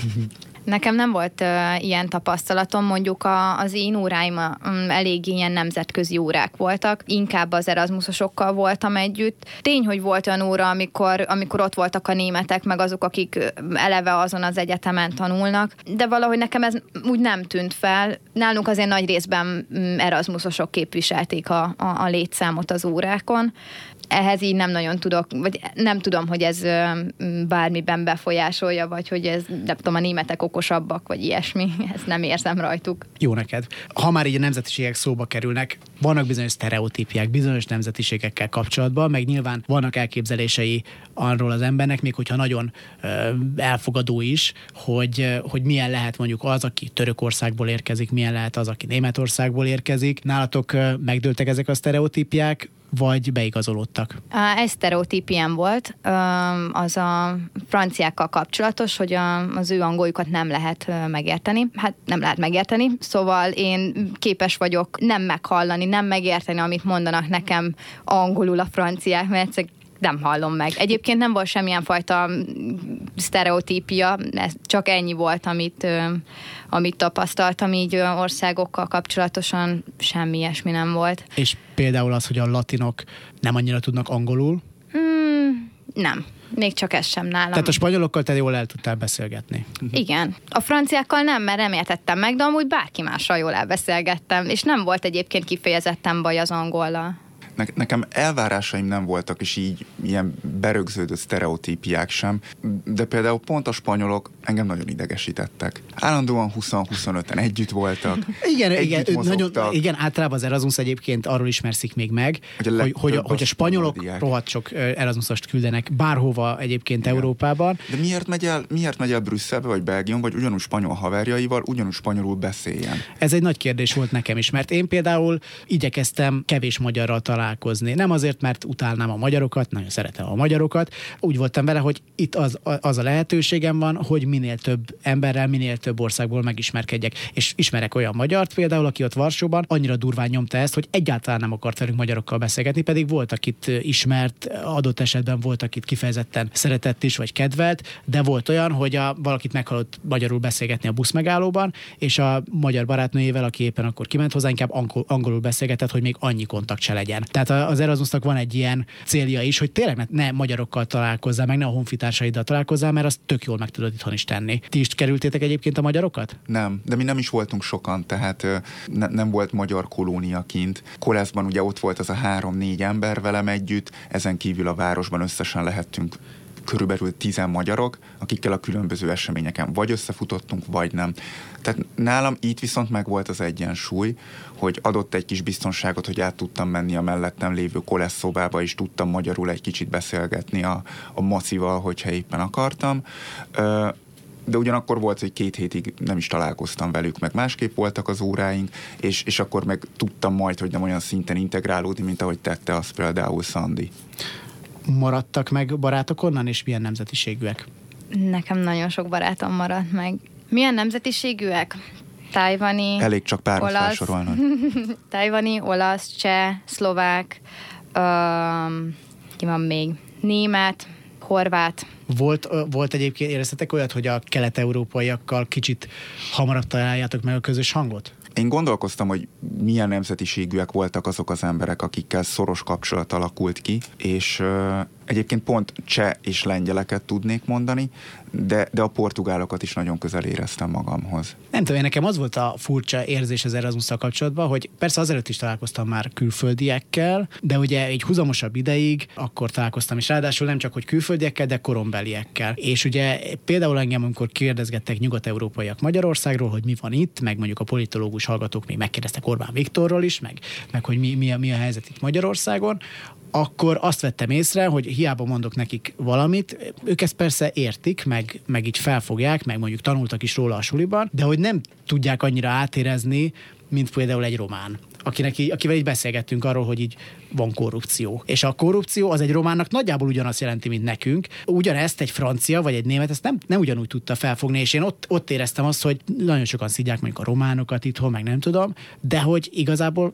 Nekem nem volt ilyen tapasztalatom, mondjuk az én óráim elég ilyen nemzetközi órák voltak, inkább az Erasmusosokkal voltam együtt. Tény, hogy volt olyan óra, amikor ott voltak a németek, meg azok, akik eleve azon az egyetemen tanulnak, de valahogy nekem ez úgy nem tűnt fel. Nálunk azért nagy részben Erasmusosok képviselték a létszámot az órákon. Ehhez így nem nagyon tudok, vagy nem tudom, hogy ez bármiben befolyásolja, vagy hogy ez, nem tudom, a németek okosabbak, vagy ilyesmi. Ezt nem érzem rajtuk. Jó neked. Ha már így a nemzetiségek szóba kerülnek, vannak bizonyos sztereotípiák bizonyos nemzetiségekkel kapcsolatban, meg nyilván vannak elképzelései arról az embernek, még hogyha nagyon elfogadó is, hogy milyen lehet mondjuk az, aki Törökországból érkezik, milyen lehet az, aki Németországból érkezik. Nálatok megdőltek ezek a sztereotípiák, vagy beigazolódtak? Ez sztereotípián volt, az a franciákkal kapcsolatos, hogy az ő angoljukat nem lehet megérteni. Hát nem lehet megérteni, szóval én képes vagyok nem meghallani, nem megérteni, amit mondanak nekem angolul a franciák, mert nem hallom meg. Egyébként nem volt semmilyen fajta sztereotípia, ez csak ennyi volt, amit tapasztaltam így országokkal kapcsolatosan, semmi ilyesmi nem volt. És például az, hogy a latinok nem annyira tudnak angolul? Nem. Még csak ez sem nálam. Tehát a spanyolokkal te jól el tudtál beszélgetni. Igen. A franciákkal nem, mert nem értettem meg, de amúgy bárki mással jól elbeszélgettem, és nem volt egyébként kifejezetten baj az angollal. Nekem elvárásaim nem voltak, és így ilyen berögződött sztereotípiák sem, de például pont a spanyolok engem nagyon idegesítettek. Állandóan 20-25-en együtt voltak. Igen, általában az Erasmus egyébként arról ismerszik még meg, hogy a spanyolok rohadt sok Erasmusost küldenek bárhova egyébként igen. Európában. De miért megy el Brüsszelbe vagy Belgiumba, vagy ugyanúgy spanyol haverjaival ugyanúgy spanyolul beszéljen? Ez egy nagy kérdés volt nekem is, mert én például igyekeztem kevés magyarral találkozni. Nem azért, mert utálnám a magyarokat, nagyon szeretem a magyarokat. Úgy voltam vele, hogy itt az a lehetőségem van, hogy minél több emberrel, minél több országból megismerkedjek. És ismerek olyan magyart például, aki ott Varsóban annyira durván nyomta ezt, hogy egyáltalán nem akart velünk magyarokkal beszélgetni, pedig volt, akit ismert, adott esetben volt, akit kifejezetten szeretett is, vagy kedvelt, de volt olyan, hogy valakit meghallott magyarul beszélgetni a buszmegállóban, és a magyar barátnőjével, aki éppen akkor kiment hozzá, inkább angolul beszélgetett, hogy még annyi kontakt se legyen. Tehát az Erasmusnak van egy ilyen célja is, hogy tényleg ne magyarokkal találkozzál, meg ne a honfitársaiddal találkozzál, mert azt tök jól meg tudod itthon is tenni. Ti is kerültétek egyébként a magyarokat? Nem, de mi nem is voltunk sokan, tehát nem volt magyar kolónia kint. Koleszban ugye ott volt az a 3-4 ember velem együtt, ezen kívül a városban összesen lehettünk körülbelül 10 magyarok, akikkel a különböző eseményeken vagy összefutottunk, vagy nem. Tehát nálam itt viszont meg volt az egyensúly, hogy adott egy kis biztonságot, hogy át tudtam menni a mellettem lévő kolesz szobába, és tudtam magyarul egy kicsit beszélgetni a macival, hogyha éppen akartam. de ugyanakkor volt, hogy 2 hétig nem is találkoztam velük, meg másképp voltak az óráink, és akkor meg tudtam majd, hogy nem olyan szinten integrálódni, mint ahogy tette azt például Szandi. Maradtak meg barátok onnan, és milyen nemzetiségűek? Nekem nagyon sok barátom maradt meg. Milyen nemzetiségűek? Tájvani, Elég csak párat olasz, felsorolnod. tájvani, olasz, cseh, szlovák, ki van még? Német, horvát. Volt egyébként, éreztetek olyat, hogy a kelet-európaiakkal kicsit hamarabb találjátok meg a közös hangot? Én gondolkoztam, hogy milyen nemzetiségűek voltak azok az emberek, akikkel szoros kapcsolat alakult ki, és egyébként pont cseh és lengyeleket tudnék mondani, de a portugálokat is nagyon közel éreztem magamhoz. Nem tudom, nekem az volt a furcsa érzés az Erasmusszal kapcsolatban, hogy persze azelőtt is találkoztam már külföldiekkel, de ugye egy húzamosabb ideig akkor találkoztam, és ráadásul nem csak hogy külföldiekkel, de korombeliekkel. És ugye például engem, amikor kérdezgettek nyugat-európaiak Magyarországról, hogy mi van itt, meg mondjuk a politológus hallgatók még megkérdeztek Orbán Viktorról is, meg hogy mi a helyzet itt Magyarországon, akkor azt vettem észre, hogy hiába mondok nekik valamit, ők ezt persze értik, meg így felfogják, meg mondjuk tanultak is róla a suliban, de hogy nem tudják annyira átérezni, mint például egy román, akivel így beszélgettünk arról, hogy így van korrupció. És a korrupció az egy románnak nagyjából ugyanazt jelenti, mint nekünk. Ugyanezt egy francia vagy egy német ezt nem ugyanúgy tudta felfogni, és én ott éreztem azt, hogy nagyon sokan szidják mondjuk a románokat itthon, meg nem tudom, de hogy igazából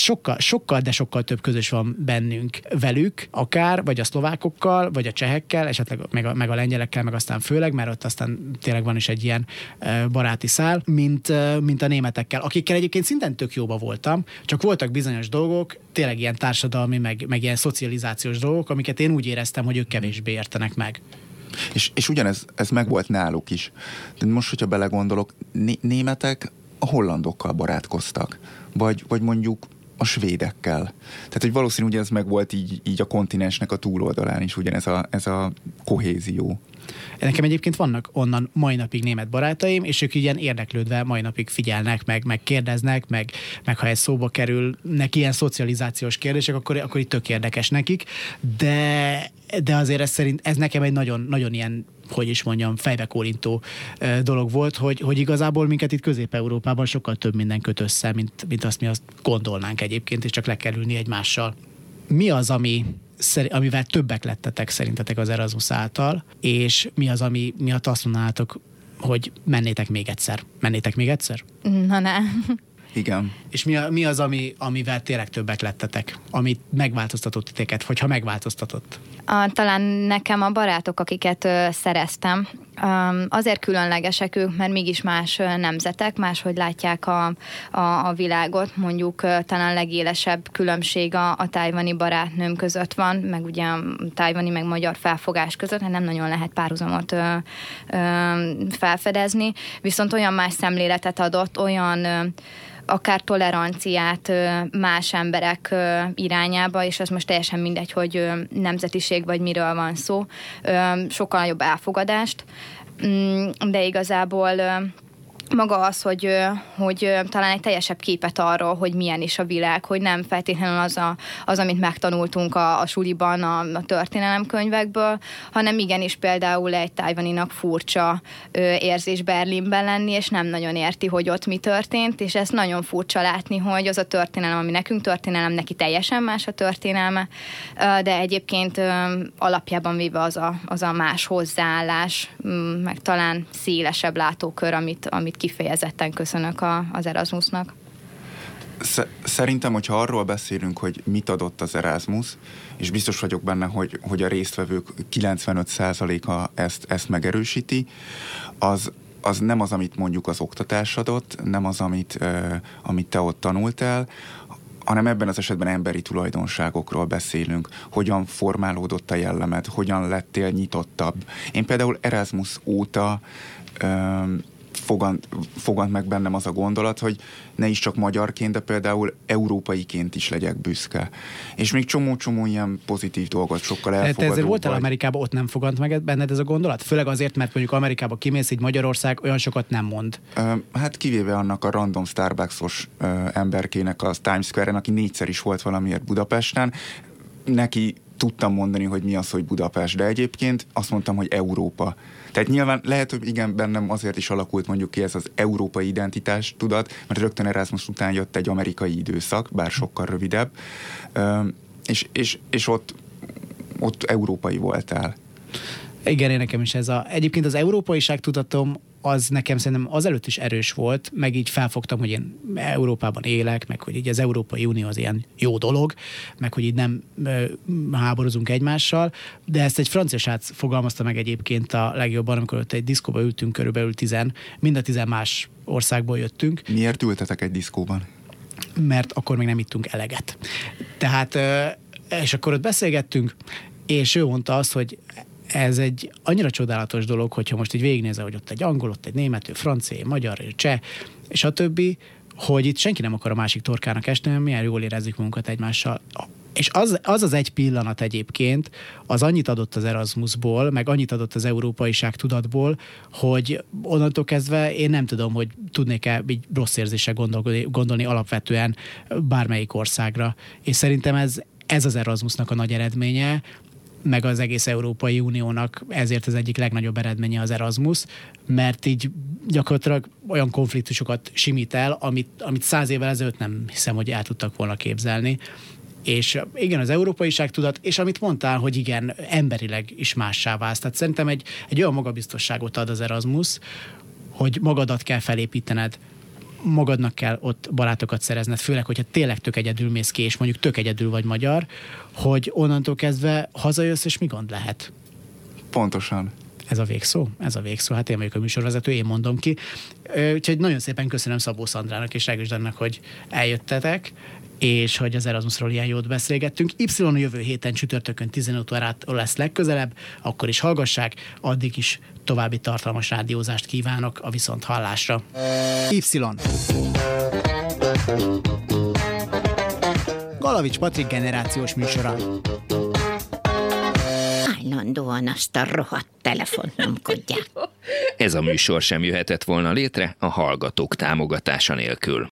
sokkal több közös van bennünk velük, akár, vagy a szlovákokkal, vagy a csehekkel, esetleg meg a lengyelekkel, meg aztán főleg, mert ott aztán tényleg van is egy ilyen baráti szál, mint a németekkel, akikkel egyébként szinten tök jóba voltam, csak voltak bizonyos dolgok, tényleg ilyen társadalmi, meg ilyen szocializációs dolgok, amiket én úgy éreztem, hogy ők kevésbé értenek meg. És ugyanez megvolt náluk is. De most, hogyha belegondolok, németek a hollandokkal barátkoztak, vagy mondjuk a svédekkel. Tehát, hogy valószínűleg ez megvolt így a kontinensnek a túloldalán is ez a kohézió. Nekem egyébként vannak onnan mai napig német barátaim, és ők ilyen érdeklődve mai napig figyelnek, meg kérdeznek, meg ha ez szóba kerülnek ilyen szocializációs kérdések, akkor így tök érdekes nekik, de azért ez nekem egy nagyon, nagyon ilyen, hogy is mondjam, fejbekórintó dolog volt, hogy igazából minket itt Közép-Európában sokkal több minden köt össze, mint azt mi azt gondolnánk egyébként, és csak le kell ülni egymással. Mi az, amivel többek lettetek szerintetek az Erasmus által, és mi az, ami miatt azt mondanátok, hogy mennétek még egyszer? Na nem. Igen. És mi az, amivel tényleg többek lettetek, amit megváltoztatott titeket, hogyha megváltoztatott? Talán nekem a barátok, akiket szereztem, azért különlegesek ők, mert mégis más nemzetek, máshogy látják a világot. Mondjuk talán legélesebb különbség a tájvani barátnőm között van, meg ugye a tájvani meg magyar felfogás között, hát nem nagyon lehet párhuzamot felfedezni, viszont olyan más szemléletet adott, olyan akár toleranciát más emberek irányába, és az most teljesen mindegy, hogy nemzetiség vagy miről van szó, sokkal nagyobb elfogadást, de igazából maga az, hogy talán egy teljesebb képet arról, hogy milyen is a világ, hogy nem feltétlenül az amit megtanultunk a suliban, a történelemkönyvekből, hanem igenis például egy tájvaninak furcsa érzés Berlinben lenni, és nem nagyon érti, hogy ott mi történt, és ezt nagyon furcsa látni, hogy az a történelem, ami nekünk történelem, neki teljesen más a történelme, de egyébként alapjában véve az a más hozzáállás, meg talán szélesebb látókör, amit kifejezetten köszönök az Erasmusnak. Szerintem, hogyha arról beszélünk, hogy mit adott az Erasmus, és biztos vagyok benne, hogy a résztvevők 95%-a ezt megerősíti, az nem az, amit mondjuk az oktatás adott, nem az, amit te ott tanultál, hanem ebben az esetben emberi tulajdonságokról beszélünk, hogyan formálódott a jellemed, hogyan lettél nyitottabb. Én például Erasmus óta fogant meg bennem az a gondolat, hogy ne is csak magyarként, de például európaiként is legyek büszke. És még csomó ilyen pozitív dolgot, sokkal elfogadóbb. Te ezért voltál Amerikában, ott nem fogant meg benned ez a gondolat? Főleg azért, mert mondjuk Amerikába kimész, így Magyarország olyan sokat nem mond. Hát kivéve annak a random Starbucks-os emberkének a Times Square-en, aki 4-szer is volt valamiért Budapesten, neki tudtam mondani, hogy mi az, hogy Budapest, de egyébként azt mondtam, hogy Európa. Tehát nyilván lehet, hogy igen, bennem azért is alakult mondjuk ki ez az európai identitás tudat, mert rögtön Erasmus után jött egy amerikai időszak, bár sokkal rövidebb, és ott európai voltál. Igen, nekem is egyébként az európaiság tudatom az nekem szerintem azelőtt is erős volt, meg így felfogtam, hogy én Európában élek, meg hogy így az Európai Unió az ilyen jó dolog, meg hogy így nem háborúzunk egymással, de ezt egy francia srác fogalmazta meg egyébként a legjobban, amikor ott egy diszkóba ültünk, körülbelül 10, mind a 10 más országból jöttünk. Miért ültetek egy diszkóban? Mert akkor még nem ittunk eleget. Tehát, és akkor ott beszélgettünk, és ő mondta azt, hogy ez egy annyira csodálatos dolog, hogyha most így végignézel, hogy ott egy angol, ott egy német, ő francia, magyar, ő cseh, és a többi, hogy itt senki nem akar a másik torkának esni, mert milyen jól érezzük magunkat egymással. És az egy pillanat egyébként, az annyit adott az Erasmusból, meg annyit adott az európaiság tudatból, hogy onnantól kezdve én nem tudom, hogy tudnék-e így rossz érzéssel gondolni alapvetően bármelyik országra. És szerintem ez az Erasmusnak a nagy eredménye, meg az egész Európai Uniónak ezért az egyik legnagyobb eredménye az Erasmus, mert így gyakorlatilag olyan konfliktusokat simít el, amit 100 évvel ezelőtt nem hiszem, hogy el tudtak volna képzelni. És igen, az európaiság tudat, és amit mondtál, hogy igen, emberileg is mássá válsz. Tehát szerintem egy olyan magabiztosságot ad az Erasmus, hogy magadat kell felépítened, magadnak kell ott barátokat szerezned, főleg, hogyha tényleg tök egyedül mész ki, és mondjuk tök egyedül vagy magyar, hogy onnantól kezdve hazajössz, és mi gond lehet? Pontosan. Ez a végszó? Ez a végszó. Hát én vagyok a műsorvezető, én mondom ki. Úgyhogy nagyon szépen köszönöm Szabó Szandrának és Regős Dannak, hogy eljöttetek, és hogy az Erasmusról ilyen jót beszélgettünk. Y jövő héten csütörtökön 15 órától lesz legközelebb, akkor is hallgassák, addig is további tartalmas rádiózást kívánok a viszonthallásra. Y. Galavics Patrik generációs műsora. Állandóan azt a rohadt telefont nyomkodják. Ez a műsor sem jöhetett volna létre a hallgatók támogatása nélkül.